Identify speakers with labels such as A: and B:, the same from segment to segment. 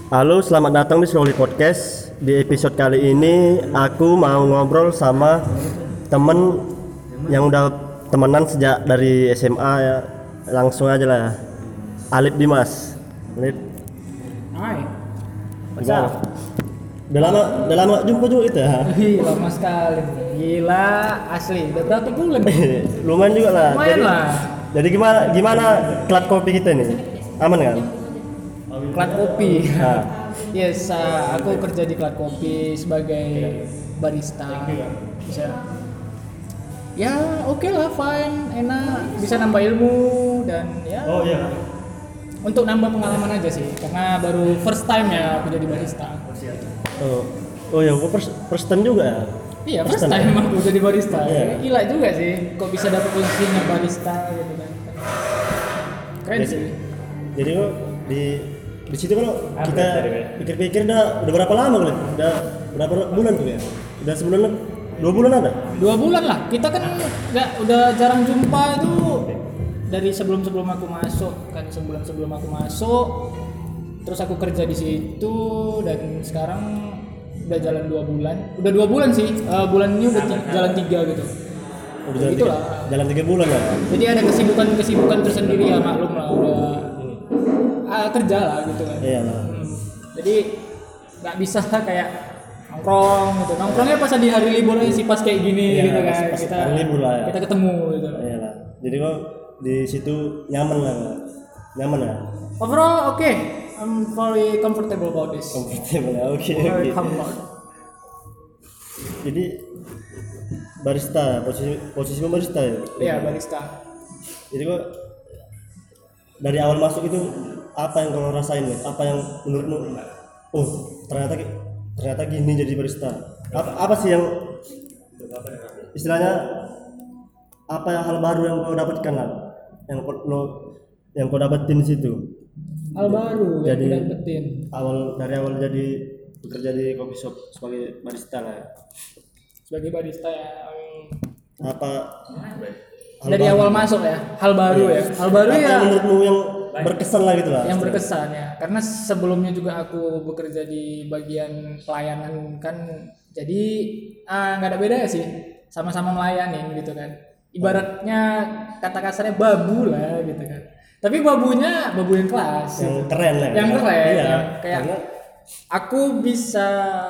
A: Halo, selamat datang di Slowly Podcast. Di episode kali ini aku mau ngobrol sama temen yang udah temenan sejak dari SMA ya. Langsung aja lah. Alip Dimas. Alip.
B: Hai.
A: Gimana? Udah lama jumpa juga kita ya.
B: Ih, lama sekali. Gila, asli. Udah berapa bulan?
A: Lumayan juga lah.
B: Lumayan lah.
A: Jadi gimana klat kopi kita nih? Aman kan?
B: Klat kopi.
A: Nah,
B: Yes, aku kerja di Klat Kopi sebagai barista. Bisa. Ya, oke lah, fine, enak, bisa nambah ilmu dan ya.
A: oh iya.
B: Untuk nambah pengalaman aja sih, karena baru first time ya aku jadi barista.
A: Oh ya, gua first time juga ya.
B: Iya, first time aku jadi barista.
A: Iya.
B: Gila juga sih, kok bisa dapet posisinya barista gitu kan. Keren sih.
A: Jadi kok di situ kalau kita pikir-pikir udah berapa lama kali? Udah berapa bulan tuh ya? Udah sebulan, 2 bulan ada?
B: 2 bulan lah. Kita kan udah jarang jumpa itu dari sebelum aku masuk kan, sebulan sebelum aku masuk. Terus aku kerja di situ dan sekarang udah jalan 2 bulan. Udah 2 bulan sih. Bulan ini udah jalan 3 gitu.
A: Udah jalan 3 bulan ya.
B: Jadi ada kesibukan tersendiri ya, maklum lah udah kerja lah gitu kan.
A: Iya lah.
B: Jadi nggak bisa kayak nongkrong gitu. Nongkrongnya pas di hari libur aja sih, pas kayak gini
A: Iya,
B: gitu kan.
A: pas
B: Kita
A: hari libur lah ya.
B: kita ketemu gitu.
A: Iya lah. Jadi kok di situ nyaman lah. Nyaman ya.
B: Overall okay. I'm very comfortable about this.
A: Comfortable ya. Oke.
B: Very comfort.
A: Jadi barista, posisi barista ya.
B: Iya, barista.
A: Jadi kok dari awal masuk itu apa yang kamu rasain nih? Apa yang menurutmu ternyata gini jadi barista? Apa sih yang istilahnya apa yang hal baru yang kau dapatkan lah? Yang kau dapetin di situ?
B: Hal baru yang
A: Jadi
B: dapetin.
A: dari awal jadi bekerja di coffee shop sebagai barista lah.
B: Sebagai barista ya.
A: Apa
B: Dari awal masuk ya, hal baru ya. Hal baru
A: apa
B: ya.
A: yang menurutmu yang berkesan lah gitu lah?
B: Yang berkesan ya, karena sebelumnya juga aku bekerja di bagian pelayanan kan, jadi nggak ada beda ya sih, sama-sama melayanin gitu kan. Ibaratnya kata kasarnya babu lah gitu kan. Tapi babunya babu yang kelas.
A: Yang
B: gitu.
A: keren lah.
B: Yang keren.
A: Iya.
B: Ya. Kayak aku bisa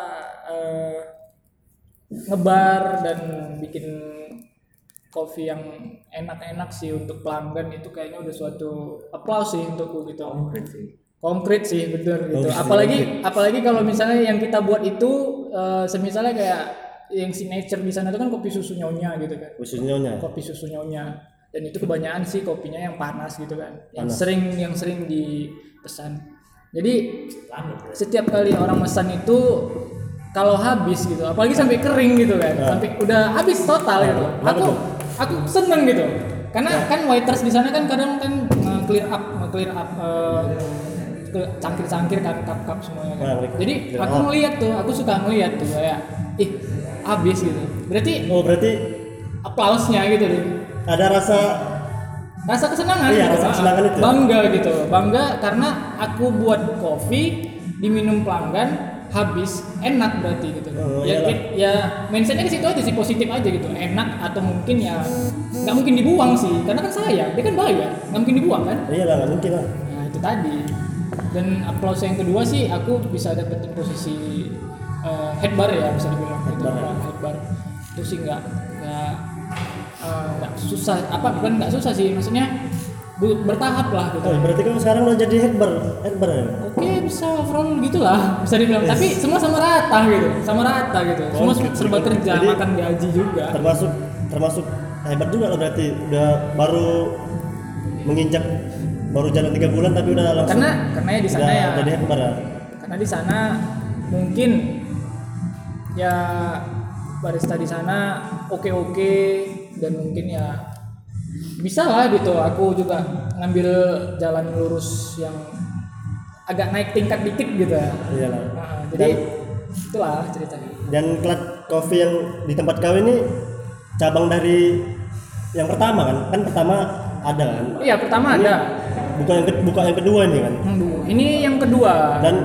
B: ngebar dan bikin kopi yang enak-enak sih untuk pelanggan, itu kayaknya udah suatu applause sih untukku gitu. Konkret sih bener gitu. Apalagi kalau misalnya yang kita buat itu semisalnya kayak yang signature di sana itu kan kopi susu nyonya gitu kan. Kopi susu nyonya. Dan itu kebanyakan sih kopinya yang panas gitu kan. Yang sering dipesan. Jadi setiap kali orang pesan itu kalau habis gitu, apalagi sampai kering gitu kan, sampai udah habis total gitu. Aku seneng gitu, karena kan waiters di sana kan kadang kan clear up cangkir kan, cup semuanya kan. Jadi aku aku suka ngeliat tuh kayak habis gitu. Berarti applause-nya gitu deh.
A: Ada
B: Rasa kesenangan,
A: iya,
B: gitu.
A: rasa kesenangan itu.
B: Bangga karena aku buat kopi diminum pelanggan habis enak berarti gitu. Ya mindsetnya ke situ aja sih, positif aja gitu, enak atau mungkin ya nggak mungkin dibuang sih, karena kan sayang, dia kan bayar, nggak mungkin dibuang kan.
A: Iyalah, nggak mungkin lah.
B: Nah itu tadi. Dan applause yang kedua sih aku bisa dapetin posisi head bar ya, bisa dibilang gitu. Head bar itu sih nggak susah, bukan nggak susah sih, maksudnya bertahap lah gitu.
A: Berarti kamu sekarang udah jadi head bar ya?
B: Oke, bisa overall gitulah, bisa dibilang. Tapi semua sama rata gitu. Semua serba kerja,
A: jadi,
B: makan gaji juga.
A: Termasuk hebat juga lah berarti. Udah baru jalan 3 bulan tapi udah langsung.
B: Karena ya di sana ya.
A: Jadi head bar ya.
B: Karena di sana mungkin ya barista di sana oke dan mungkin ya bisa lah gitu. Aku juga ngambil jalan lurus yang agak naik tingkat dikit gitu ya.
A: Iyalah.
B: Jadi itulah ceritanya.
A: Dan Klat Coffee yang di tempat kau ini cabang dari yang pertama kan? Kan pertama ada kan?
B: Iya, pertama ini ada.
A: Bukan yang kedua ini kan?
B: Ini yang kedua.
A: Dan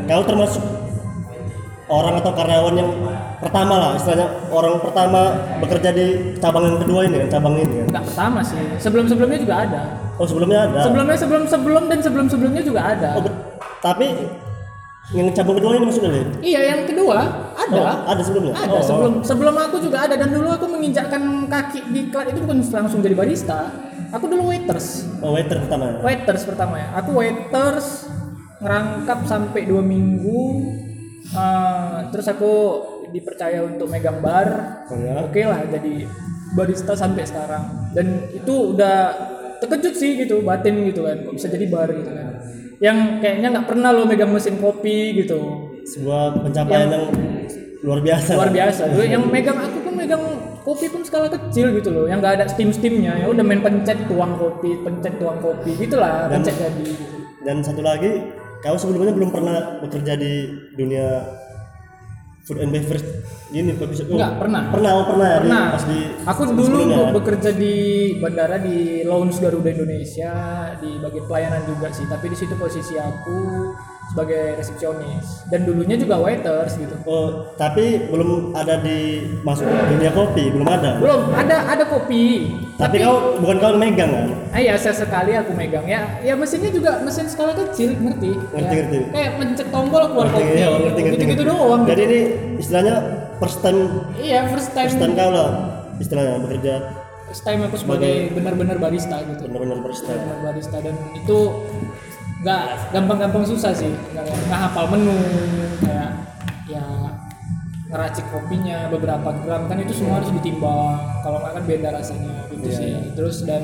A: kau termasuk orang atau karyawan yang pertama lah, istilahnya orang pertama bekerja di cabang yang kedua ini kan, cabang ini kan?
B: Enggak pertama sih, sebelumnya juga ada.
A: Oh sebelumnya ada?
B: Sebelum-sebelumnya juga ada.
A: Oh, tapi yang cabang kedua ini maksudnya Lin?
B: Iya, yang kedua ada.
A: Oh, ada sebelumnya?
B: Ada, sebelum aku juga ada, dan dulu aku menginjakkan kaki di klub itu bukan langsung jadi barista. Aku dulu waiters.
A: Oh, waiter pertama ya?
B: Waiters pertama ya. Aku waiters ngerangkap sampai 2 minggu. Terus aku dipercaya untuk megang bar.
A: Oh, ya?
B: Oke lah, jadi barista sampai sekarang. Dan itu udah terkejut sih gitu, batin gitu kan. Kok bisa jadi bar gitu kan. Yang kayaknya nggak pernah lo megang mesin kopi gitu.
A: Sebuah pencapaian yang luar biasa.
B: Luar biasa. Yang megang aku pun megang kopi pun skala kecil gitu loh, yang nggak ada steamnya. Ya udah main pencet tuang kopi gitulah, pencet jadi. Gitu.
A: Dan satu lagi, kau sebelumnya belum pernah bekerja di dunia food and beverage ini
B: Enggak, pernah
A: ya.
B: Pernah.
A: Pas di
B: Aku dulu bekerja di bandara di Lounge Garuda Indonesia di bagian pelayanan juga sih, tapi di situ posisi aku sebagai resepsionis dan dulunya juga waiters gitu.
A: Oh, tapi belum ada di masuk dunia kopi, belum ada.
B: Belum ada kopi.
A: Tapi kau bukan kau yang megang kan?
B: Iya, sesekali aku megang ya. Ya mesinnya juga mesin skala kecil, ngerti?
A: Ngerti.
B: Kayak mencet tombol keluar kopi.
A: Iya, ngerti.
B: Gitu doang.
A: Jadi
B: gitu.
A: ini istilahnya first time
B: First time
A: kau lah istilahnya bekerja.
B: First time aku sebagai benar-benar barista gitu.
A: Benar-benar barista.
B: Benar barista, dan itu nggak gampang-gampang, susah sih. Nggak hafal menu, kayak ya ngeracik kopinya beberapa gram kan itu semua harus ditimbang, kalau nggak kan beda rasanya gitu sih. Terus dan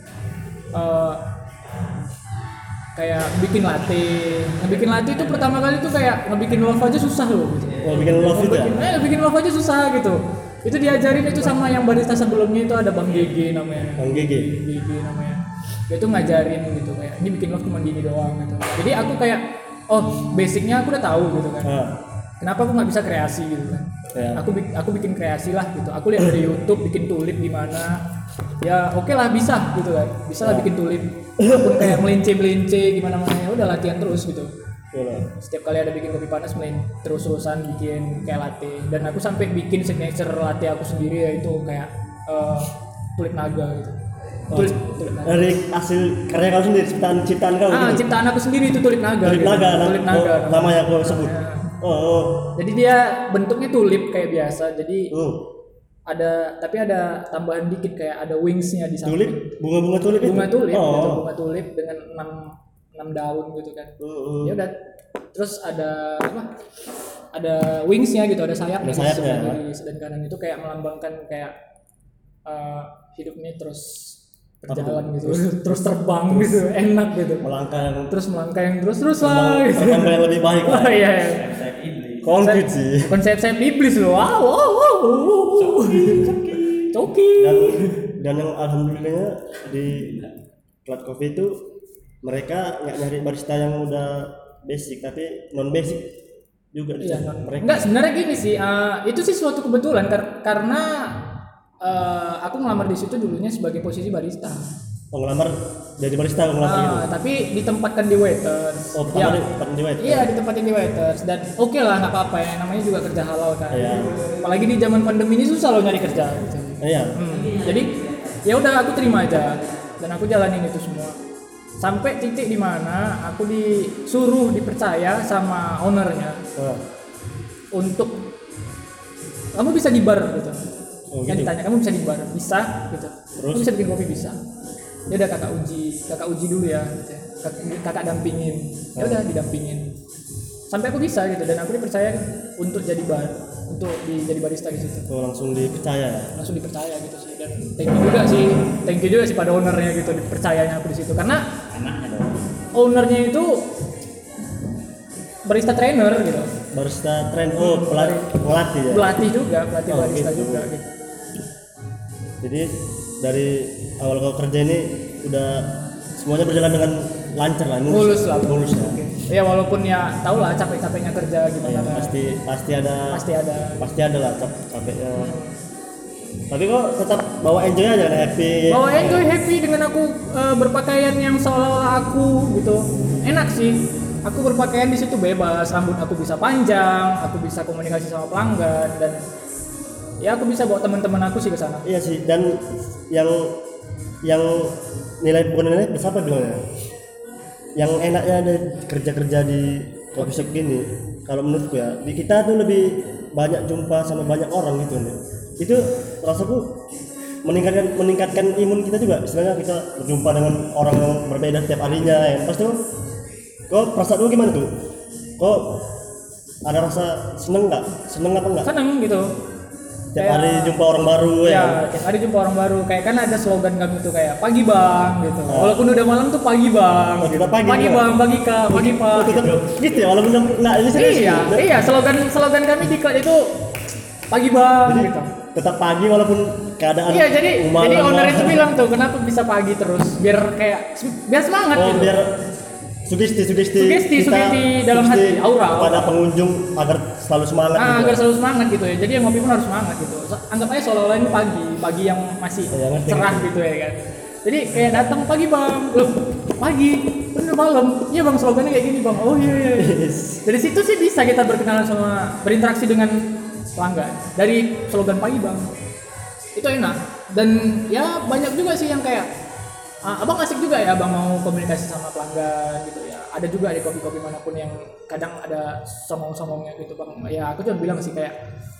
B: kayak bikin latte itu pertama kali tuh kayak ngebikin love aja susah loh gitu.
A: Oh, bikin love itu ya?
B: Bikin love aja susah gitu. Itu diajarin itu sama yang barista sebelumnya, itu ada Bang GG namanya.
A: Bang GG
B: namanya. Dia tuh ngajarin gitu, kayak ini bikin love cuma gini doang gitu. Jadi aku kayak basicnya aku udah tahu gitu kan. Kenapa aku nggak bisa kreasi gitu kan? Ya. Aku bikin kreasi lah gitu. Aku lihat dari YouTube bikin tulip gimana. Ya oke lah, bisa gitu kan. Bisa lah bikin tulip. Walaupun kayak melince gimana ya udah latihan terus gitu. Setiap kali ada bikin kopi panas terus-terusan bikin kayak latte, dan aku sampai bikin signature latte aku sendiri, yaitu kayak tulip naga gitu. Tulip naga. Dari
A: hasil karya kau sendiri, ciptaan kau gitu?
B: Ciptaan aku sendiri itu tulip naga.
A: Tulip naga. Namanya aku sebut.
B: Jadi dia bentuknya tulip kayak biasa. Jadi tapi ada tambahan dikit, kayak ada wingsnya di samping.
A: Tulip, bunga tulip.
B: Bunga tulip dengan 6 daun gitu kan. Ya udah. Terus ada ada wingsnya gitu, ada sayapnya. Dari sebelah kanan itu kayak melambangkan kayak hidupnya terus berjalan gitu, terus terbang gitu, enak gitu. Melangkah yang terus lah gitu.
A: Terbang yang lebih baik.
B: Oh iya.
A: Konkret sih.
B: Konsep iblis loh. Wow. Coki.
A: Dan yang alhamdulillahnya di Cloud Coffee itu mereka nggak nyari barista yang udah basic, tapi non basic juga di sana.
B: Enggak, sebenarnya gini sih, itu sih suatu kebetulan karena aku ngelamar di situ dulunya sebagai posisi barista.
A: Oh, ngelamar jadi barista gitu.
B: Tapi ditempatkan di waiters.
A: Oh, pertama ditempatkan di waiters.
B: Iya, ditempatin di waiters, dan oke lah, nggak apa-apa ya, namanya juga kerja halal kan. Iya. Apalagi di zaman pandemi ini susah loh nyari kerja gitu.
A: Iya.
B: Jadi ya udah aku terima aja dan aku jalanin itu semua. Sampai titik di mana aku dipercaya sama ownernya untuk kamu bisa di bar gitu. Yang ditanya, kamu bisa di bar? Bisa gitu. Terus? Kamu bisa bikin kopi? Bisa. Ya udah kakak uji dulu ya gitu. Kakak dampingin. Ya udah didampingin. Sampai aku bisa gitu, dan aku dipercaya untuk jadi jadi barista di situ.
A: Oh, langsung dipercaya ya?
B: Langsung dipercaya gitu sih, dan thank you juga sih pada ownernya gitu, dipercayanya aku di situ, karena ownernya itu barista trainer gitu.
A: Barista trainer, pelatih ya?
B: Pelatih barista gitu. Juga gitu.
A: Jadi dari awal kau kerja ini udah semuanya berjalan dengan lancar lah, mulus ya.
B: Ya walaupun ya tau lah capek-capeknya kerja gimana
A: ya,
B: kan.
A: Pasti ada lah capeknya. Tapi kok tetap bawa enjoy aja, happy dengan aku berpakaian yang seolah-olah aku gitu. Enak sih.
B: aku berpakaian di situ bebas, rambut aku bisa panjang, aku bisa komunikasi sama pelanggan dan ya aku bisa bawa teman-teman aku sih ke sana.
A: Iya sih, dan yang bukan nilai berapa bilangnya? Yang enaknya ada kerja di coffee shop gini, kalau menurutku ya, di kita tuh lebih banyak jumpa sama banyak orang gitu nih. Itu rasaku meningkatkan imun kita juga. Istilahnya kita berjumpa dengan orang yang berbeda setiap harinya ya. Pas tuh kok perasaan lu gimana tuh? Kok ada rasa seneng apa enggak?
B: Seneng gitu.
A: Tiap hari jumpa orang baru ya.
B: Ya, tiap hari jumpa orang baru. Kayak kan ada slogan kami tuh kayak pagi bang gitu. Walaupun udah malam tuh pagi bang.
A: Oh, tetap pagi
B: bang, pagi kak, pagi pak.
A: Tetap gitu ya, walaupun enggak ini serius.
B: Iya, slogan kami di klub itu pagi bang
A: Jadi,
B: gitu.
A: tetap pagi walaupun keadaan
B: Iya, jadi owner itu
A: malam.
B: bilang tuh kenapa bisa pagi terus biar semangat
A: Oh,
B: gitu.
A: biar sugesti
B: dalam hati, aura
A: pada pengunjung agar selalu semangat gitu.
B: agar selalu semangat gitu ya. Jadi yang ngopi pun harus semangat gitu. Anggap aja seolah-olah ini pagi yang masih
A: Ya, ngerti.
B: cerah gitu ya kan. Jadi kayak datang pagi bang, loh pagi, bener malam, iya bang slogannya kayak gini bang. Oh iya. Dari situ sih bisa kita berkenalan sama berinteraksi dengan pelanggan dari slogan pagi bang. Itu enak dan ya banyak juga sih yang kayak abang asik juga ya abang mau komunikasi sama pelanggan gitu ya. Ada juga di kopi-kopi manapun yang kadang ada songong-songongnya gitu bang. Ya aku cuma bilang sih kayak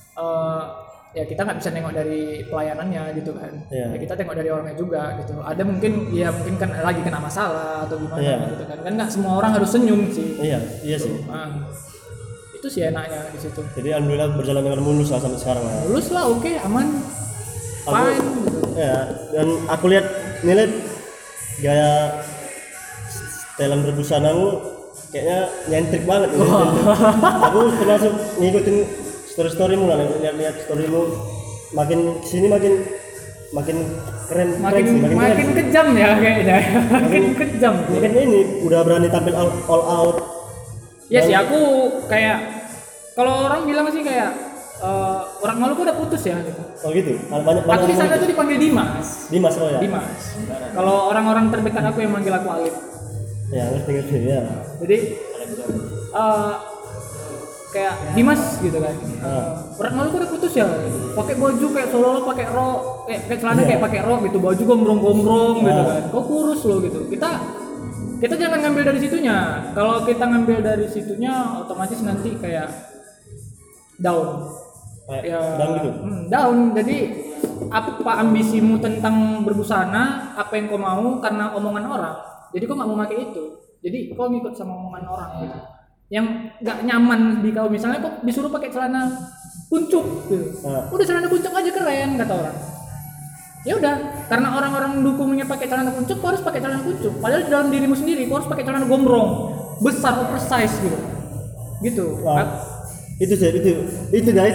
B: ya kita nggak bisa nengok dari pelayanannya gitu kan.
A: Iya.
B: Ya kita tengok dari orangnya juga gitu. Ada mungkin kan lagi kena masalah atau gimana
A: Iya.
B: gitu kan. Kan nggak semua orang harus senyum sih.
A: Iya sih.
B: Itu sih enaknya di situ.
A: Jadi alhamdulillah berjalan dengan mulus lah sampai sekarang lah.
B: Lulus lah oke, aman. Fine gitu.
A: Ya, dan aku lihat nilai gaya setelan berbusanamu kayaknya nyentrik banget gitu. Aku termasuk ngikutin story-storymu lah, lihat storymu makin kesini makin keren sih,
B: Makin
A: keren.
B: kejam ya kayaknya. Makin kejam.
A: Makin ini udah berani tampil all out.
B: Ya sih aku kayak kalau orang bilang sih kayak orang Maluku udah putus ya gitu.
A: Oh gitu. Banyak
B: Aku di sana
A: gitu.
B: tuh dipanggil Dimas.
A: Dimas oh ya.
B: Dimas. Kalau orang-orang terdekat aku yang manggil aku Alif.
A: Ya ngerti ya.
B: Jadi kayak Dimas gitu kan. Orang Maluku udah putus ya. Pakai baju kayak seolah-olah pakai rok, kayak celana kayak pakai rok gitu, baju gombrong-gombrong gitu kan. Kok kurus loh gitu. Kita jangan ngambil dari situnya. Kalau kita ngambil dari situnya otomatis nanti kayak down.
A: Down gitu.
B: Down. Jadi apa ambisimu tentang berbusana, apa yang kau mau karena omongan orang. Jadi kau nggak mau pakai itu. Jadi kau ngikut sama omongan orang gitu. Yang nggak nyaman di kau, misalnya kau disuruh pakai celana kuncup gitu. Udah celana kuncup aja keren kata orang. Ya udah, karena orang-orang dukungnya pakai celana kuncup, kau harus pakai celana kuncup. Padahal di dalam dirimu sendiri kau harus pakai celana gombrong, besar, oversize gitu. Gitu.
A: Wah. Itu dah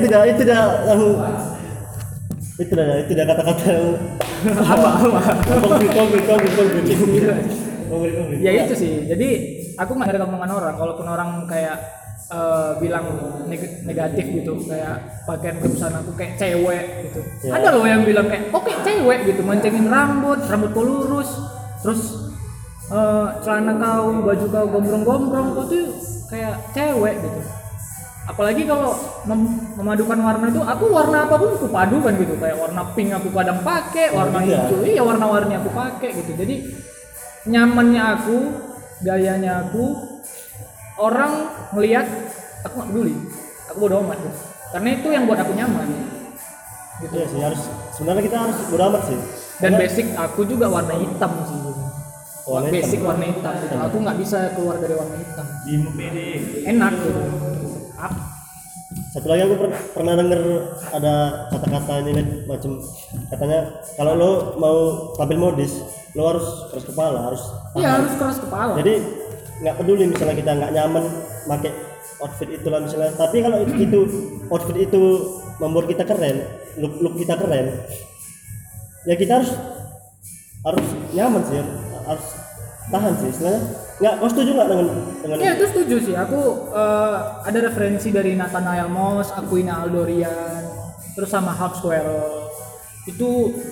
A: kata-kata yang
B: apa
A: konkret.
B: Ya itu sih, jadi aku nggak ada omongan orang. Kalaupun orang kayak bilang negatif gitu, kayak pakaian kebusana aku kayak cewek gitu ya. Ada loh yang bilang kayak kok kayak cewek gitu, mancingin rambut kau lurus, terus celana kau, baju kau gombrong-gombrong, kau tuh kayak cewek gitu. Apalagi kalau memadukan warna itu, aku warna apapun aku padukan gitu, kayak warna pink aku kadang pakai, warna hijau, iya warna-warni aku pakai gitu. Jadi nyamannya aku, gayanya aku, orang ngelihat aku nggak peduli, aku bodo amat gitu. Karena itu yang buat aku nyaman. Gitu.
A: Iya sih, sebenarnya kita harus bodo amat sih.
B: Dan basic aku juga warna hitam sih. Gitu. Basic warna hitam. Gitu. Aku nggak bisa keluar dari warna hitam. Enak gitu.
A: Satu lagi aku pernah denger ada kata-kata ini macam katanya kalau lo mau tampil modis lo harus keras kepala, harus
B: keras kepala.
A: Jadi nggak peduli misalnya kita nggak nyaman pakai outfit itulah misalnya, tapi kalau itu outfit itu membuat kita keren, look kita keren, ya kita harus nyaman sih, harus tahan sih istilahnya. Nggak, kau setuju nggak dengan
B: Iya itu setuju sih. Aku ada referensi dari Nathanael Moss, Aquina Aldorian, terus sama Hub Square. Itu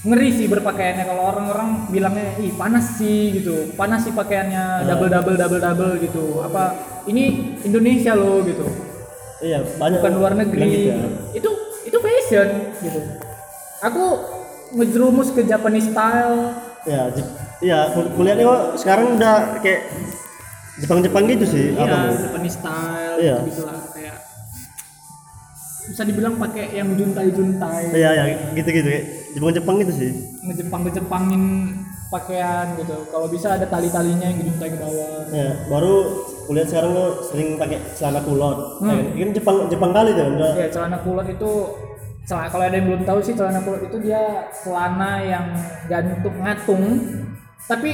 B: ngeri sih berpakaiannya. Kalau orang-orang bilangnya ih panas sih gitu, panas sih pakaiannya, double gitu. Apa ini Indonesia loh gitu,
A: Iya, banyak
B: bukan luar
A: bilang
B: negeri.
A: gitu ya.
B: Itu fashion gitu. Aku ngejerumus ke Japanese style.
A: Ya, iya, kuliahnya kok sekarang udah kayak Jepang gitu sih.
B: Iya,
A: Apa Bu?
B: Japanese style
A: Iya.
B: gitu lah, kayak bisa dibilang pakai yang juntai-juntai.
A: Iya, ya, gitu-gitu kayak Jepang gitu sih.
B: Ngejepangin pakaian gitu. Kalau bisa ada tali-talinya yang dijuntai ke bawah.
A: Ya, baru kuliah sekarang kok sering pakai celana kulot. Ini Jepang kali tuh, udah.
B: Ya, celana kulot itu kalau ada yang belum tahu sih, celana kulot itu dia celana yang ngatung tapi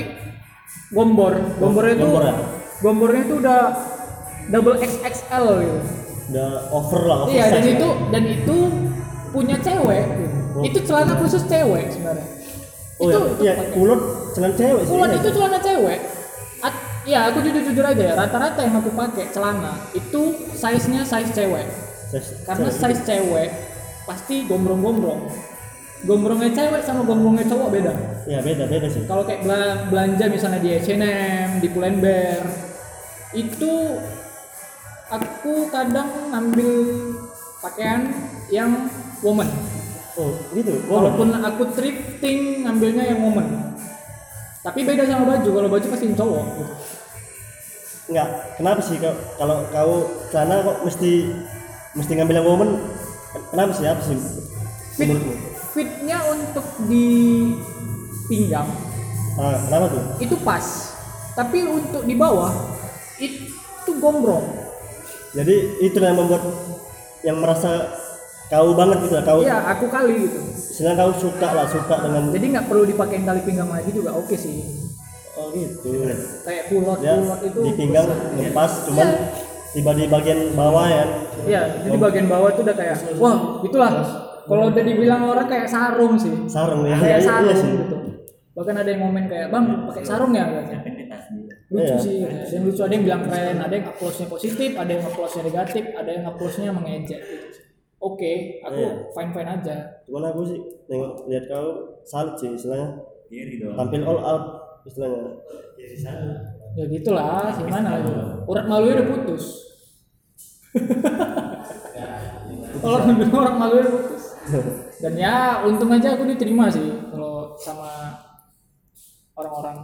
B: gombornya itu udah double XXL gitu.
A: Udah over lah,
B: Iya,
A: oversize.
B: dan itu punya cewek gitu. Itu celana khusus cewek sebenarnya.
A: Oh iya, kulot celana cewek sih.
B: Kulot
A: iya.
B: itu celana cewek. Ya, aku jujur aja ya, rata-rata yang aku pakai celana itu size-nya size cewek. Karena size cewek pasti gombrong-gombrong. Gombrongnya cewek sama gombrongnya cowok beda.
A: Ya beda sih.
B: Kalau kayak belanja misalnya di H&M, di Pull&Bear, itu aku kadang ngambil pakaian yang woman.
A: Oh gitu.
B: Walaupun aku thrifting ngambilnya yang woman. Tapi beda sama baju. Kalau baju pasti yang cowok. Gitu.
A: Enggak, kenapa sih kalau kau sana kok mesti ngambil yang woman? Kenapa sih? Apa sih?
B: Fitnya untuk di pinggang
A: Kenapa tuh?
B: itu pas. Tapi untuk di bawah itu gombrong.
A: Jadi itu yang membuat yang merasa kau banget gitu lah, kau.
B: Iya, aku kali gitu.
A: Sedang kau suka dengan.
B: Jadi nggak perlu dipakein tali pinggang lagi juga oke sih.
A: Oh gitu.
B: Kayak kulot
A: Ya,
B: itu
A: di pinggang ngepas, cuman tiba di bagian bawah ya.
B: Iya, jadi bagian bawah itu udah kayak wah, itulah. Kalau udah dibilang orang kayak sarung sih.
A: Sarung ya.
B: Kayak
A: Iya,
B: sarung
A: iya sih.
B: gitu. Bahkan ada yang komen kayak, "Bang, pakai sarung ya?" katanya. Lucu
A: Iya.
B: sih. Ada yang lucu, ada yang bilang keren, ada yang applause-nya positif, ada yang applause-nya negatif, ada yang applause-nya mengejek gitu. Oke, aku
A: Iya.
B: fine-fine aja.
A: Cuman aku sih lihat kau salut sih istilahnya.
C: Kiri dong.
A: Tampil all out istilahnya.
C: Kiri sana.
B: Ya gitulah, gimana gitu. Urat malunya udah putus. Kalau ngambil urat malunya udah putus. Dan ya untung aja aku diterima sih kalau sama orang-orang.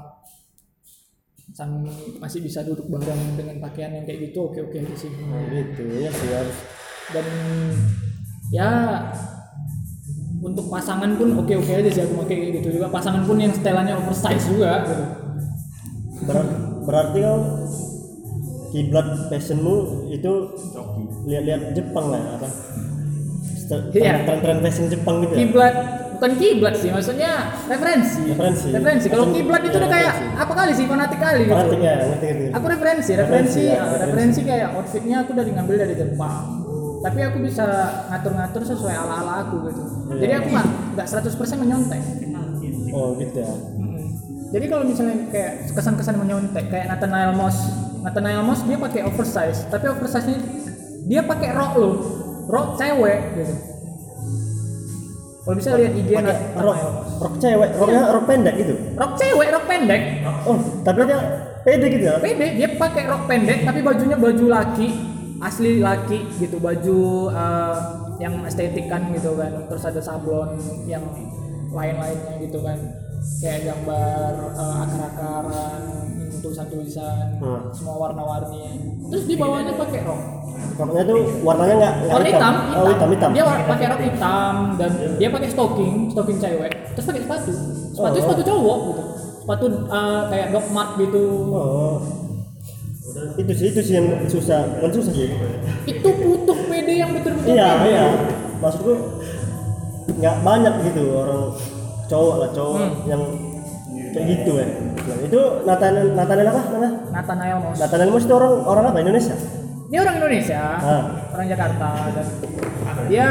B: Masih bisa duduk bareng dengan pakaian yang kayak gitu, oke aja sih.
A: Gitu ya sih harus.
B: Dan ya untuk pasangan pun oke aja sih aku pakai kayak gitu juga. Pasangan pun yang setelannya oversize juga gitu.
A: Berarti kau kiblat fashionmu itu lihat Jepang lah apa?
B: Iya.
A: Tren fashion Jepang gitu ya.
B: Kiblat bukan kiblat sih, maksudnya referensi. Kalau kiblat itu udah kayak apa kali sih, fanatik kali gitu.
A: Fanatik ya, ngerti.
B: Aku referensi
A: ya.
B: kayak outfitnya aku dari ngambil dari Jepang. Tapi aku bisa ngatur-ngatur sesuai ala-ala aku gitu. Jadi aku nggak 100% menyontek.
A: Oh gitu ya.
B: Jadi kalau misalnya kayak kesan-kesan menyontek kayak Nathaniel Moss dia pakai oversize, tapi oversize-nya dia pakai rok loh. Rok cewek gitu. Kalau bisa lihat IG
A: Rok cewek, rok pendek gitu.
B: Rok cewek, rok pendek.
A: Oh, tapi dia pede gitu ya.
B: Pede, dia pakai rok pendek tapi bajunya baju laki, asli laki gitu, baju yang estetik kan gitu kan. Terus ada sablon yang lain-lainnya gitu kan. Kayak gambar akar-akaran, tulisan-tulisan, semua warna-warni. Terus di bawahnya pakai rok.
A: Roknya tuh warnanya nggak
B: Warna hitam.
A: Oh, hitam.
B: Dia pakai rok hitam dan dia pakai stocking cewek. Terus pakai sepatu cowok gitu. Sepatu kayak Doc Mart gitu.
A: Oh. Itu sih yang susah. Bukan susah sih.
B: Itu butuh PD yang betul-betul.
A: Iya. Maksudku nggak banyak gitu orang cowok yang kayak gitu ya. Itu Nathaniel apa namanya? Nathaniel Moss itu orang apa? Indonesia?
B: Dia orang Indonesia, orang Jakarta dan dia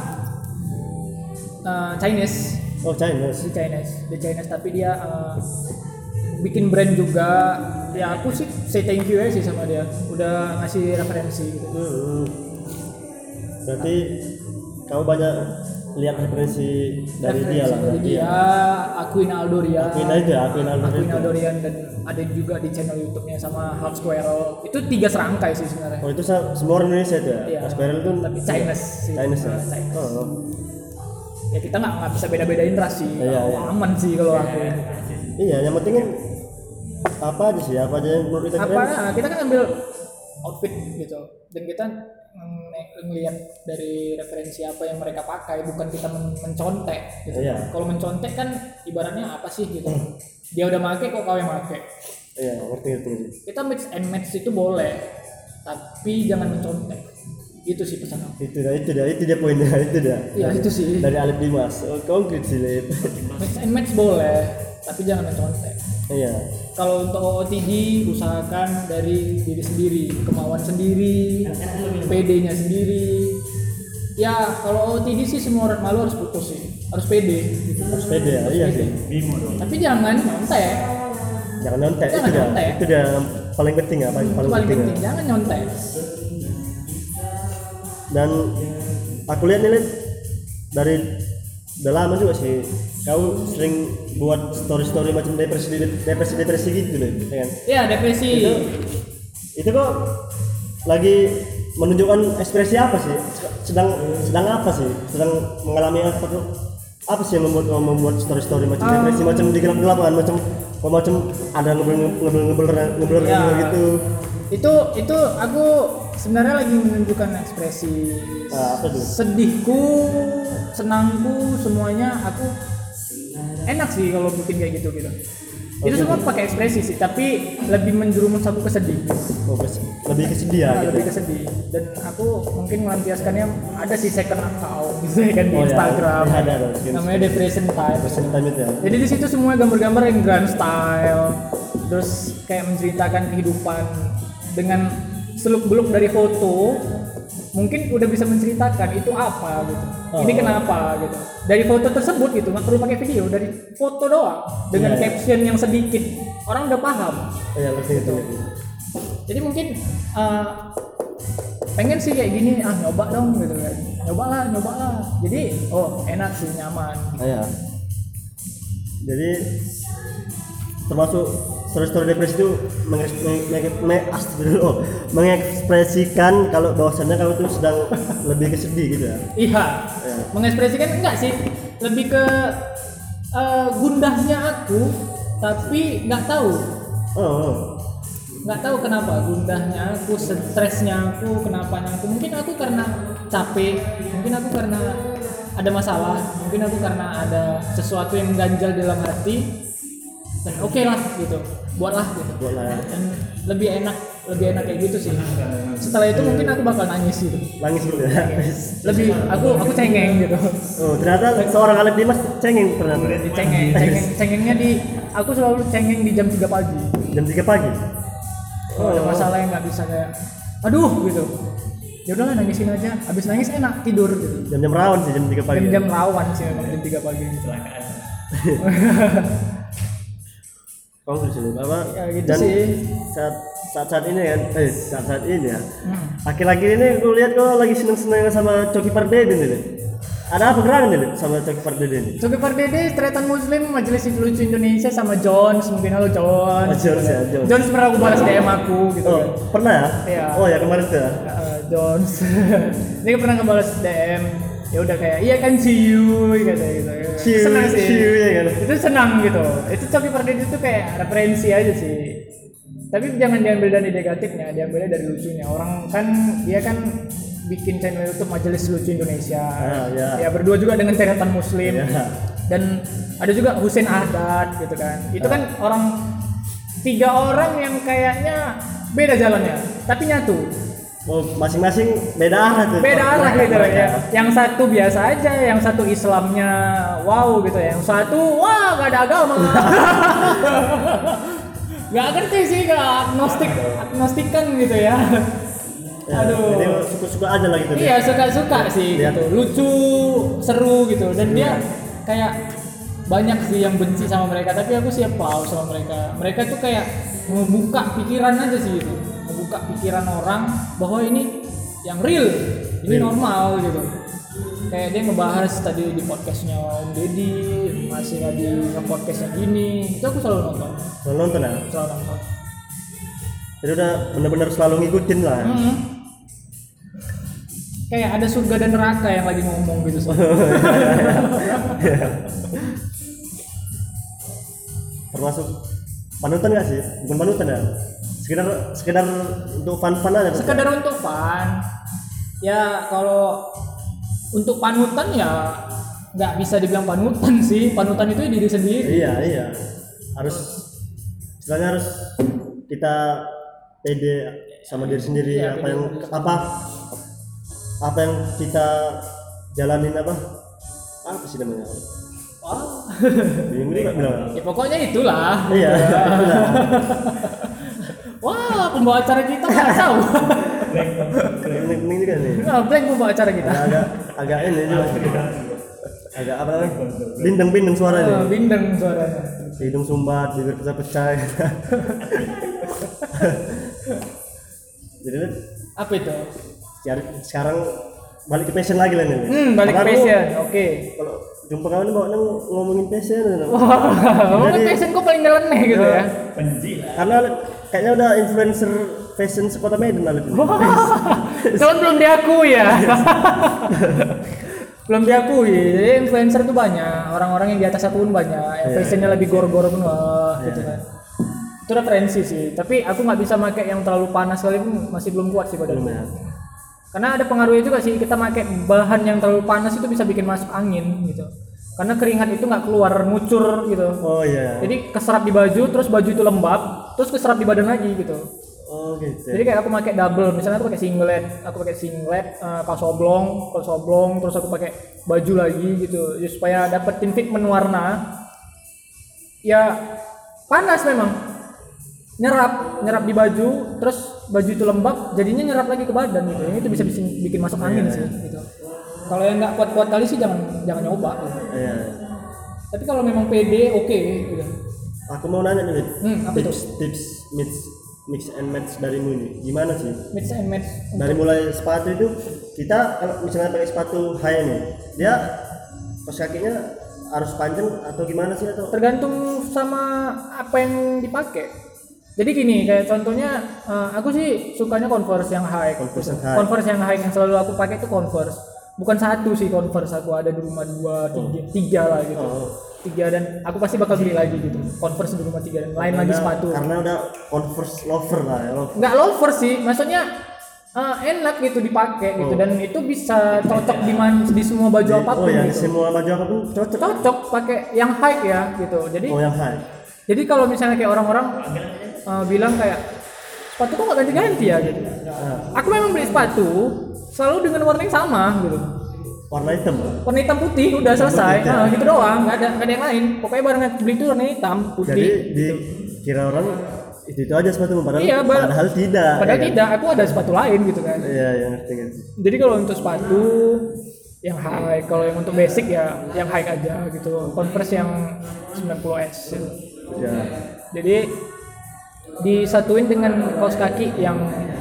B: Chinese.
A: Oh, Chinese.
B: Dia Chinese tapi dia bikin brand juga. Ya aku sih say thank you ya sih sama dia. Udah ngasih referensi gitu.
A: Berarti kamu banyak lihat referensi dari dia lah.
B: Dari dia, Aquin Aldorian.
A: Aquin
B: Aldorian dan ada juga di channel YouTube-nya sama Half Squirrel. Itu 3 serangkai sih sebenarnya.
A: Oh itu semua orang Indonesia itu ya?
B: Iya.
A: Squirrel itu
B: Tapi Chinese sih.
A: Chinese ya?
B: Chinese.
A: Oh.
B: Ya kita nggak bisa beda-bedain ras sih.
A: Iya.
B: Aman sih kalau aku.
A: Iya, yang penting kan apa aja yang menurut kita keren.
B: Kita kan ambil outfit gitu dan kita ngelihat dari referensi apa yang mereka pakai, bukan kita mencontek gitu.
A: Iya.
B: Kalau mencontek kan ibaratnya apa sih gitu. Dia udah make kok kau yang make.
A: Iya, ngerti.
B: Kita mix and match itu boleh, tapi jangan mencontek. Itu sih pesan aku.
A: Itu dia poinnya, itu dia.
B: Iya, itu sih.
A: Dari Alif Dimas. Oh, konkret sih, Lip.
B: Mix and match boleh, tapi jangan mencontek.
A: Iya.
B: Kalau untuk OOTD usahakan dari diri sendiri, kemauan sendiri, PD-nya sendiri. Ya kalau OOTD sih semua orang malu harus putus sih, harus PD. Gitu.
A: Harus pede ya, iya sih.
B: Tapi jangan nyontek.
A: Jangan nyontek,
B: Jangan
A: itu dia.
B: nyontek.
A: Itu dia yang paling penting ya, paling
B: Penting,
A: penting.
B: jangan nyontek.
A: Dan aku lihat nih Lip, dari udah lama juga sih kau sering buat story macam depresi gitu loh, ya kan?
B: Iya, depresi.
A: Itu kok lagi menunjukkan ekspresi apa sih? Sedang apa sih? Sedang mengalami apa sih yang membuat story macam depresi, macam di gelap-gelapan, macam ada ngebel gitu.
B: Itu aku sebenarnya lagi menunjukkan ekspresi
A: Apa tuh?
B: sedihku, senangku, semuanya aku enak sih kalau bikin kayak gitu. Itu semua pakai ekspresi sih, tapi lebih menjerumus aku ke sedih.
A: Oh, lebih ke sedih ya, gitu.
B: Lebih ke sedih. Dan aku mungkin melampiaskannya ada sih second account gitu ya kan di Instagram.
A: Ya, ada.
B: Namanya Depression Time.
A: Depression Time itu ya.
B: Jadi di situ semua gambar-gambar yang grand style, terus kayak menceritakan kehidupan dengan seluk-beluk dari foto. Mungkin udah bisa menceritakan itu apa gitu. Ini kenapa gitu. Dari foto tersebut gitu, nggak perlu pakai video, dari foto doang dengan caption yang sedikit orang udah paham.
A: Iya, betul gitu.
B: Jadi mungkin pengen sih kayak gini, nyoba dong gitu kan. Nyoba lah. Jadi enak sih, nyaman.
A: Iya. Jadi termasuk story depresi itu mengekspresikan kalau bahwasannya kamu tuh sedang lebih ke sedih gitu ya.
B: Iya. Mengekspresikan enggak sih, lebih ke gundahnya aku, tapi nggak tahu. Nggak tahu kenapa gundahnya aku, stresnya aku, kenapanya aku. Mungkin aku karena capek, mungkin aku karena ada masalah, mungkin aku karena ada sesuatu yang mengganjal dalam hati. Dan oke lah gitu, buatlah ya. Dan lebih enak kayak gitu sih. Setelah itu mungkin aku bakal nangis gitu ya. Lebih aku cengeng gitu.
A: Oh, ternyata seorang Alif Dimas cengeng ternyata.
B: Cengengnya aku selalu cengeng di jam 3 pagi.
A: Jam 3 pagi.
B: Ada masalah yang nggak bisa kayak aduh gitu. Ya udahlah, nangisin aja. Habis nangis enak tidur gitu.
A: Jam rawan sih jam 3 pagi.
B: Jam rawan sih memang jam 3 pagi kecelakaan. Ya, gitu
A: dan
B: sih.
A: saat ini kan saat ini ya akhir-akhir ini aku lihat kok lagi seneng sama Coki Pardede nih. Ada apa gerangan nih sama Coki Pardede ini?
B: Coki Pardede tretan muslim Majelis Lucu Indonesia sama Jones, mungkin halo Jones. Jones pernah aku balas DM aku gitu kan.
A: Pernah ya?
B: Iya.
A: Oh ya kemarin tuh ya.
B: Jones dia pernah ngebalas DM, ya udah kayak iya kan see you kata gitu. Senang sih.
A: Ya, kan?
B: Itu senang gitu. Itu Coki Pardede itu kayak referensi aja sih. Tapi jangan diambil dari negatifnya, diambilnya dari lucunya. Orang kan dia kan bikin channel YouTube Majelis Lucu Indonesia. Ya berdua juga dengan tretan muslim. Dan ada juga Hussein Ahdad gitu kan. Itu kan tiga orang yang kayaknya beda jalannya, tapi nyatu.
A: Oh, masing-masing beda arah tuh.
B: Beda arah gitu ya. Yang satu biasa aja, yang satu Islamnya wow gitu ya. Yang satu wah gak ada agama. Gak ngerti sih, gak agnostikan gitu ya. Aduh.
A: Jadi suka-suka aja lah gitu.
B: Iya, suka-suka sih gitu. Lucu, seru gitu. Dan dia kayak banyak sih yang benci sama mereka, tapi aku sih applause sama mereka. Mereka tuh kayak membuka pikiran aja sih gitu. Membuka pikiran orang bahwa ini yang real, ini normal gitu. kayak dia ngebahas tadi di podcastnya Om Deddy, masih di podcastnya gini, itu aku selalu nonton.
A: Selalu nonton ya?
B: Selalu nonton.
A: Jadi udah bener-bener selalu ngikutin lah.
B: Kayak ada surga dan neraka yang lagi ngomong gitu.
A: Termasuk panutan nggak sih? Bukan panutan ya? Sekedar untuk fun aja.
B: Sekedar untuk fun. Ya kalau untuk panutan ya nggak bisa dibilang panutan sih. Panutan itu diri sendiri.
A: Iya. Istilahnya harus kita pede sama diri sendiri.
B: Iya,
A: apa yang kita jalanin apa sih namanya?
B: Wah.
A: Bingung juga bilang.
B: Ya pokoknya itulah.
A: Iya.
B: Wah, pembawa acara kita nggak tahu.
A: Ini juga nih.
B: Nah, blank pembawa acara kita.
A: Agak ini juga. Agak apa namanya? Bindeng suaranya.
B: Bindeng suaranya.
A: Hidung sumbat, bibir pecah-pecah. Jadi
B: Apa itu?
A: sekarang balik ke passion lagi lah nih.
B: Balik ke passion. Oke.
A: Kalau jumpa kawan bawa ngomongin passion.
B: Ngomongin passion kok paling nyeleneh gitu ya.
A: Karena kayaknya udah influencer fashion sekota Medan lah itu.
B: Cuman belum diakui ya. Belum diakui. Jadi influencer tuh banyak, orang-orang yang di atas aku pun banyak, yang fashionnya lebih gor-gor pun gitu kan. Itu referensi sih, tapi aku nggak bisa pakai yang terlalu panas kali pun masih belum kuat sih badanku. Karena ada pengaruhnya juga sih, kita pakai bahan yang terlalu panas itu bisa bikin masuk angin gitu. Karena keringat itu nggak keluar, ngucur gitu.
A: Oh iya.
B: Jadi keserap di baju, terus baju itu lembab, terus keserap di badan lagi gitu.
A: Oh gitu.
B: Jadi kayak aku pakai double, misalnya aku pakai singlet, kaos oblong, terus aku pakai baju lagi gitu, ya, supaya dapetin fitment warna. Ya panas memang, nyerap di baju, terus baju itu lembab, jadinya nyerap lagi ke badan gitu. Ini tuh bisa bikin masuk angin sih gitu. Kalau yang nggak kuat-kuat kali sih jangan nyoba. Gitu.
A: Iya.
B: Tapi kalau memang pede, oke. Gitu.
A: Aku mau nanya nih,
B: Apa itu?
A: tips mix and match darimu ini gimana sih?
B: Mix and match.
A: Dari mulai sepatu itu kita kalau misalnya pakai sepatu high nih, dia kaos kakinya harus panjang atau gimana sih atau?
B: Tergantung sama apa yang dipakai. Jadi gini, kayak contohnya aku sih sukanya Converse yang high. Converse yang high yang selalu aku pakai itu Converse. Bukan satu sih Converse, aku ada di rumah tiga lah gitu. Tiga, dan aku pasti bakal beli lagi gitu. Converse di rumah 3 dan lain lagi sepatu.
A: Karena udah Converse lover lah ya.
B: Nggak lover sih, maksudnya enak gitu dipakai gitu, dan itu bisa cocok di semua baju apapun.
A: Oh ya,
B: gitu.
A: di semua baju apapun
B: Cocok pakai yang high ya gitu. Jadi
A: yang high.
B: Jadi kalau misalnya kayak orang-orang bilang kayak sepatu kok nggak ganti-ganti ya gitu. Aku memang beli sepatu selalu dengan warna yang sama gitu.
A: Warna hitam.
B: Warna hitam putih udah selesai. Gitu doang, nggak ada yang lain. Pokoknya barang yang aku beli itu warna hitam putih.
A: Jadi dikira orang itu aja sepatu, padahal padahal tidak.
B: Padahal tidak, aku ada sepatu lain gitu kan.
A: Iya, ngerti.
B: Jadi kalau untuk sepatu yang high, kalau yang untuk basic ya yang high aja gitu. Converse yang 90S gitu.
A: Ya.
B: Jadi disatuin dengan kaos kaki yang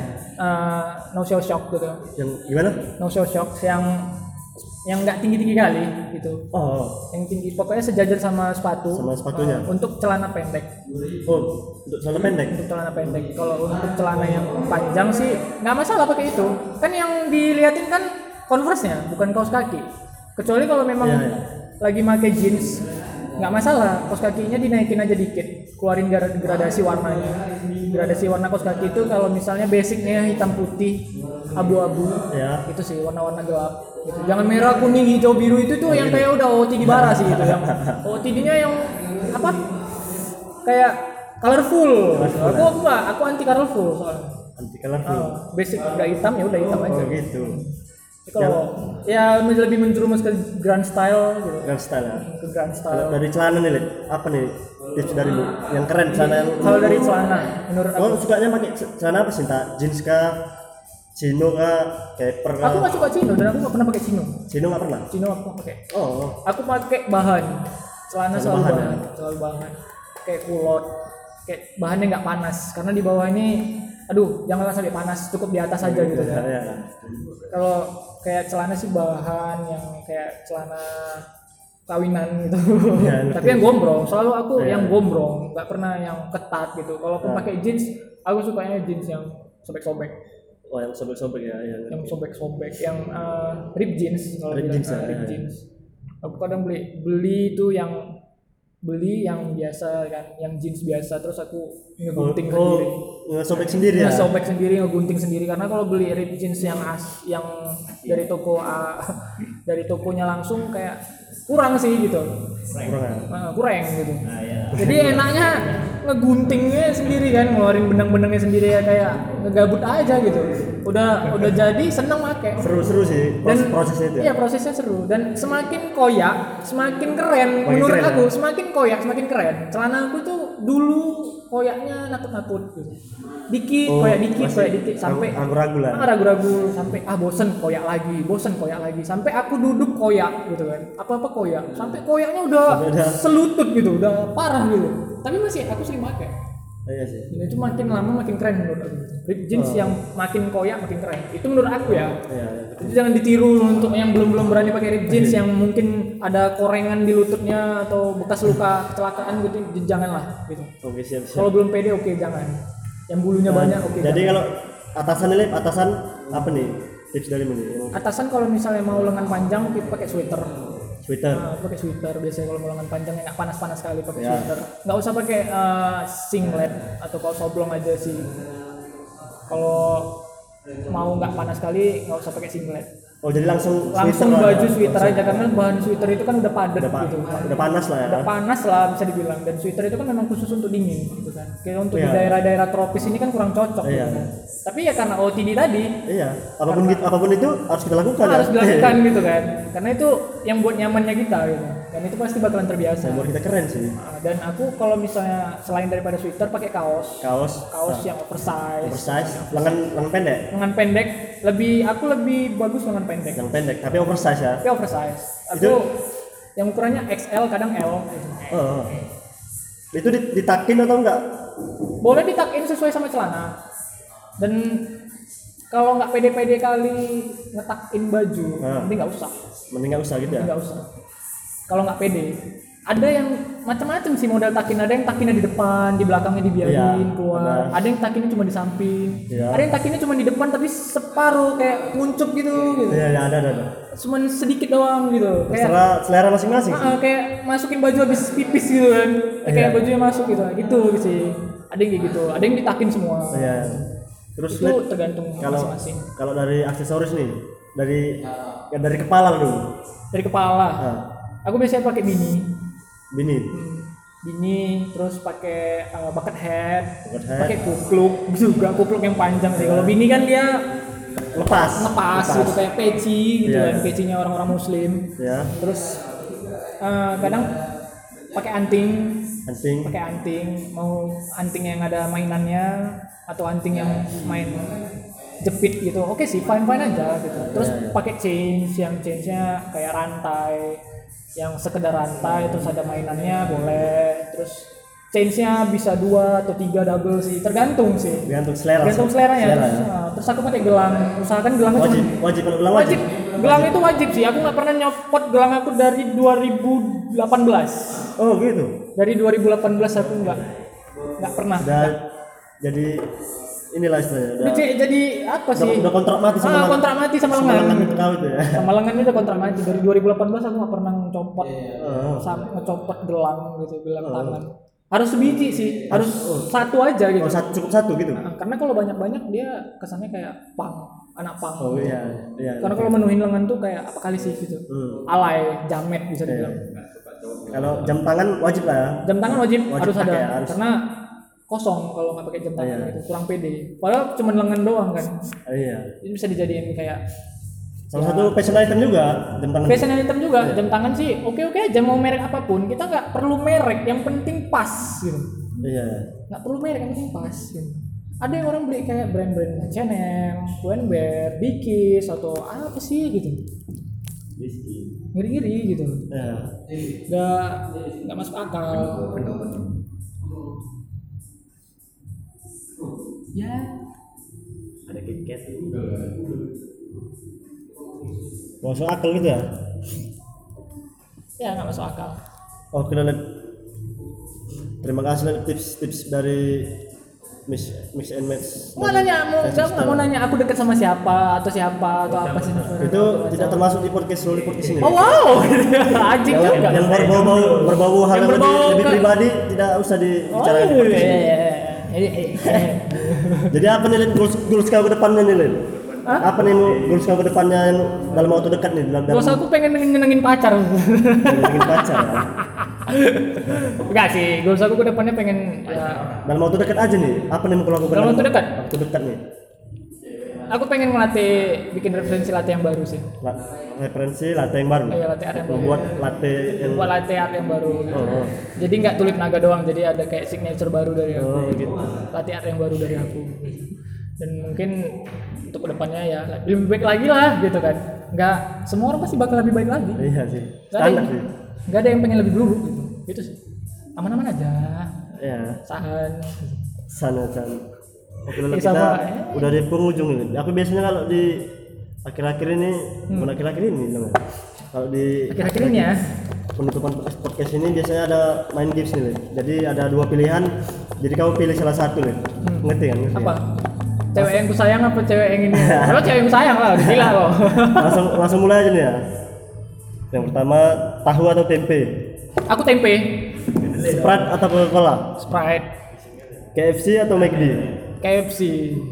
B: no shell shock gitu.
A: Yang gimana?
B: No shell shock yang nggak tinggi kali gitu. Yang tinggi, pokoknya sejajar sama sepatu.
A: Sama sepatunya.
B: Untuk celana pendek.
A: Untuk celana pendek.
B: Untuk celana pendek. Kalau untuk celana yang panjang sih nggak masalah pakai itu. Kan yang diliatin kan Converse-nya, bukan kaos kaki. Kecuali kalau memang lagi pakai jeans, nggak masalah, kaos kakinya dinaikin aja dikit, keluarin gradasi warnanya. Gradasi warna kaos kaki itu kalau misalnya basicnya hitam putih abu-abu, itu sih warna-warna gelap gitu. Jangan merah kuning hijau biru itu tuh yang kayak udah OOTD bara sih gitu. Yang OOTD-nya yang apa kayak colorful. Aku anti colorful soalnya.
A: Anti colorful.
B: Basic udah hitam ya udah hitam aja
A: gitu.
B: Kalau ya lebih menjerumus ke grand style gitu.
A: Grand style ya.
B: Ke grand style.
A: Dari celana nih, apa nih tips darimu? Yang keren celana yang.
B: Kalau dari celana, menurut aku.
A: Sukanya pakai celana apa sih? Jeans kah? Chino kah? Caper kah?
B: Aku nggak suka chino dan aku nggak pernah pakai chino.
A: Chino nggak pernah?
B: Chino aku pakai.
A: Aku
B: pakai bahan. Celana selalu bahan. Selalu bahan. Kayak kulot. Kayak bahannya nggak panas. Karena di bawah ini aduh janganlah sampai panas, cukup di atas aja gitu kan.
A: Ya.
B: Kalau kayak celana sih bahan yang kayak celana kawinan gitu.
A: Ya,
B: Tapi yang gombrong, selalu aku
A: Ya.
B: yang gombrong, nggak pernah yang ketat gitu. Kalaupun pakai jeans, aku sukanya jeans yang sobek-sobek,
A: Oh, yang sobek-sobek ya.
B: yang sobek-sobek, yang rib jeans kalau
A: Rib
B: bilang,
A: jeans, ya,
B: rib
A: ya.
B: jeans. Aku kadang beli itu yang biasa kan, yang jeans biasa, terus aku ngegunting sendiri.
A: Sobek sendiri ya.
B: Sobek sendiri, ngegunting sendiri, karena kalau beli rib jeans yang dari toko dari tokonya langsung kayak kurang sih gitu. Kurang gitu. Jadi enaknya ngeguntingnya sendiri kan, ngeluarin benang-benangnya sendiri ya, kayak ngegabut aja gitu. Udah jadi seneng pakai.
A: Seru sih prosesnya itu.
B: Iya, prosesnya seru, dan semakin koyak semakin keren. Menurut
A: keren,
B: aku semakin koyak semakin keren. Celana aku tuh dulu koyaknya nakut-nakut gitu. Dikit sampai
A: ragu-ragu lah.
B: Ragu-ragu sampai bosen koyak lagi sampai aku duduk koyak gitu kan. Apa-apa koyak. Sampai koyaknya udah selutut gitu, udah parah gitu. Tapi masih aku sering pakai.
A: Iya sih.
B: Dan itu makin lama makin keren menurut aku. Rib jeans yang makin koyak makin keren. Itu menurut aku ya.
A: Iya.
B: Jadi jangan ditiru untuk yang belum berani pakai rib jeans yang mungkin ada korengan di lututnya atau bekas luka kecelakaan gitu, janganlah gitu.
A: Oke, siap.
B: Kalau belum pede jangan. Yang bulunya banyak
A: Jadi
B: jangan.
A: kalau atasan apa nih tips dari mana?
B: Atasan kalau misalnya mau lengan panjang pakai sweater.
A: Twitter.
B: Pakai sweater biasanya kalau mau lengan panjang, nggak panas-panas sekali pakai
A: Ya.
B: sweater. Nggak usah pakai singlet atau kaos oblong aja sih. Kalau mau nggak panas sekali nggak usah pakai singlet.
A: Oh, jadi langsung
B: Baju sweater aja, karena bahan sweater itu kan udah padat gitu.
A: Udah panas lah ya.
B: Udah panas lah bisa dibilang, dan sweater itu kan memang khusus untuk dingin gitu kan. Kayak untuk di
A: Iya.
B: daerah-daerah tropis ini kan kurang cocok
A: Iya.
B: gitu kan. Tapi ya karena OTD tadi
A: Iya, apapun itu harus kita lakukan.
B: harus dilakukan gitu kan. Karena itu yang buat nyamannya kita gitu. Dan itu pasti bakalan terbiasa.
A: Buat kita keren sih.
B: Dan aku kalau misalnya selain daripada sweater pakai kaos yang oversize,
A: lengan pendek.
B: lengan pendek, aku lebih bagus lengan pendek.
A: Yang pendek, tapi oversize ya.
B: Tapi oversize. Aku
A: Itu
B: yang ukurannya XL kadang L gitu.
A: Oh. Itu ditakin atau enggak?
B: Boleh ditakin sesuai sama celana. Dan kalau nggak pede-pede kali ngetakin baju, mending nggak usah.
A: Mending nggak usah gitu ya.
B: Nggak usah. Kalau nggak pede, ada yang macam-macam sih model takin. Ada yang takinnya di depan, di belakangnya dibiarin keluar. Ada yang takinnya cuma di samping.
A: Iya.
B: Ada yang takinnya cuma di depan tapi separuh kayak nguncup gitu.
A: Iya, ada.
B: Cuman sedikit doang gitu.
A: Terserah selera masing-masing.
B: Kayak masukin baju habis pipis gitu kan. Kayak bajunya masuk gitu sih. Ada yang kayak gitu. Ada yang ditakin semua.
A: Iya. Terus
B: Itu tergantung masing-masing.
A: Kalau dari aksesoris nih, dari kepala dulu.
B: Dari kepala. Aku biasanya pakai
A: Bini.
B: Terus pakai bucket hat, pakai kupluk juga, kupluk yang panjang sih. Kalau bini kan dia
A: Lepas
B: gitu, kayak peci gitu
A: Iya.
B: kan, pecinya orang-orang muslim.
A: Ya.
B: Terus kadang pakai anting, mau anting yang ada mainannya atau anting yang main jepit gitu. Oke sih, fine aja gitu. Terus pakai chainsnya kayak rantai, yang sekedar rantai, terus ada mainannya boleh. Terus chainsnya bisa 2 atau 3 double sih, tergantung selera ya. Terus aku pakai gelang, usahakan gelangnya
A: wajib kalau gelang wajib.
B: Gelang itu wajib sih. Aku nggak pernah nyopot gelang aku dari 2018.
A: Oh gitu.
B: Dari 2018 aku nggak pernah.
A: Jadi inilah istilahnya.
B: Udah jadi apa sih?
A: Udah kontrak mati sama
B: kontrak mati sama lengan.
A: Itu kau itu ya.
B: Sama lengan itu udah kontrak mati. Dari 2018 aku nggak pernah ngecopot gelang gitu, gelang tangan. Harus sebiji sih, harus satu aja gitu.
A: Cukup satu gitu.
B: Karena kalau banyak dia kesannya kayak anak pang.
A: Oh iya.
B: Karena kalau menuhin lengan tuh kayak apa kali sih gitu. Alay, jamet bisa dibilang.
A: Kalau jam tangan wajib lah ya.
B: Jam tangan wajib harus
A: pakai,
B: ada. Karena kosong kalau nggak pakai jam tangan gitu, kurang pede. Padahal cuma lengan doang kan.
A: Iya.
B: Ini bisa dijadiin kayak
A: salah satu fashion item juga jam tangan.
B: Fashion item juga, jam tangan sih oke aja, mau merek apapun. Kita nggak perlu merek, yang penting pas gitu.
A: Iya.
B: Nggak perlu merek, yang penting pas gitu. Ada yang orang beli kayak brand-brand H&M, Pull&Bear, Dickies atau apa sih gitu. Ngiri-ngiri gitu.
A: Iya.
B: Nggak masuk akal. Ya,
C: Ada KitKat.
A: Masuk akal gitu ya.
B: Ya nggak masuk akal.
A: Oke Lep. Terima kasih Lep tips-tips dari mix and match.
B: Mau nanya, mau nanya aku dekat sama siapa atau apa sih?
A: Itu tidak termasuk di podcast ini.
B: Oh wow, anjing juga.
A: Yang berbau hal yang lebih pribadi tidak usah dibicarakan di podcast ini. Jadi apa nih Lin, goals kau ke depannya nih Lin? Apa nih goals kau ke depannya yang dalam waktu dekat nih?
B: Goals aku pengen nyenengin pacar.
A: Nyenengin pacar ya?
B: Enggak sih, goals aku ke depannya pengen ya,
A: dalam waktu dekat aja nih. Apa nih yang mau lakukan?
B: Dalam waktu dekat?
A: Waktu dekat nih.
B: Aku pengen ngelatih, bikin referensi latte yang baru sih.
A: Referensi latte yang baru.
B: Iya, latte art yang baru.
A: Membuat latte yang
B: Buat latte art yang baru.
A: Oh.
B: Jadi nggak tulis naga doang, jadi ada kayak signature baru dari aku.
A: Oh, gitu.
B: Latte art yang baru dari aku. Dan mungkin untuk kedepannya ya lebih baik lagi lah gitu kan. Nggak semua orang pasti bakal lebih baik lagi.
A: Iya sih.
B: Nggak
A: Standar sih.
B: Nggak ada yang pengen lebih buruk gitu. Gitu sih. Aman-aman aja.
A: Iya.
B: Sahan.
A: Sana. Oke, lalu
B: Sama,
A: kita udah di penghujung ini. Aku biasanya kalau di akhir-akhir ini, bukan akhir-akhir ini namanya. Kalau di
B: Akhir-akhir ini ya.
A: penutupan podcast ini biasanya ada main games nih. Lin. Jadi ada dua pilihan. Jadi kamu pilih salah satu nih. Ngerti kan? Ngerti
B: Apa?
A: ya?
B: Cewek yang ku sayang apa cewek yang ini? Kalau cewek yang ku sayang lah, udah gila kok.
A: langsung mulai aja nih ya. Yang pertama, tahu atau tempe?
B: Aku tempe.
A: Sprite atau Coca-Cola?
B: Sprite.
A: KFC atau McD?
B: KFC.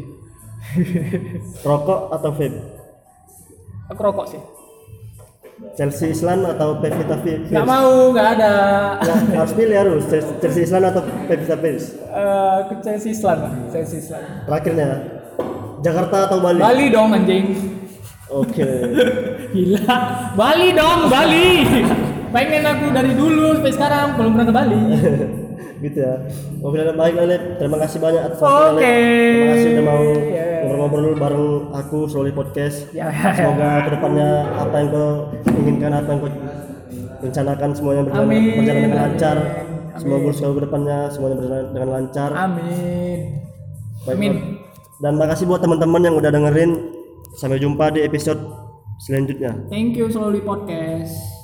A: Rokok atau vape?
B: Aku rokok sih.
A: Chelsea Island atau Pevita Pierce?
B: Nggak mau, nggak ada.
A: Nah, harus pilih harus Chelsea Island atau Pevita Pierce.
B: Ke Chelsea Island lah, Chelsea Island.
A: Terakhirnya Jakarta atau Bali?
B: Bali dong anjing.
A: Oke.
B: Gila. Bali dong, Bali. Pengen aku dari dulu sampai sekarang belum pernah ke Bali.
A: Gitu ya. Oke, baik Lip. Terima kasih banyak atas
B: Oke.
A: waktunya, Lip. Terima kasih udah mau
B: Yeah.
A: ngobrol-ngobrol bareng aku Slowly Podcast.
B: Ya.
A: Semoga kedepannya apa yang kau inginkan, apa yang kau rencanakan semuanya berjalan dengan lancar. Semoga goals kau kedepannya semuanya berjalan dengan lancar.
B: Amin.
A: Baik,
B: Amin.
A: Dan makasih buat teman-teman yang udah dengerin. Sampai jumpa di episode selanjutnya.
B: Thank you Slowly Podcast.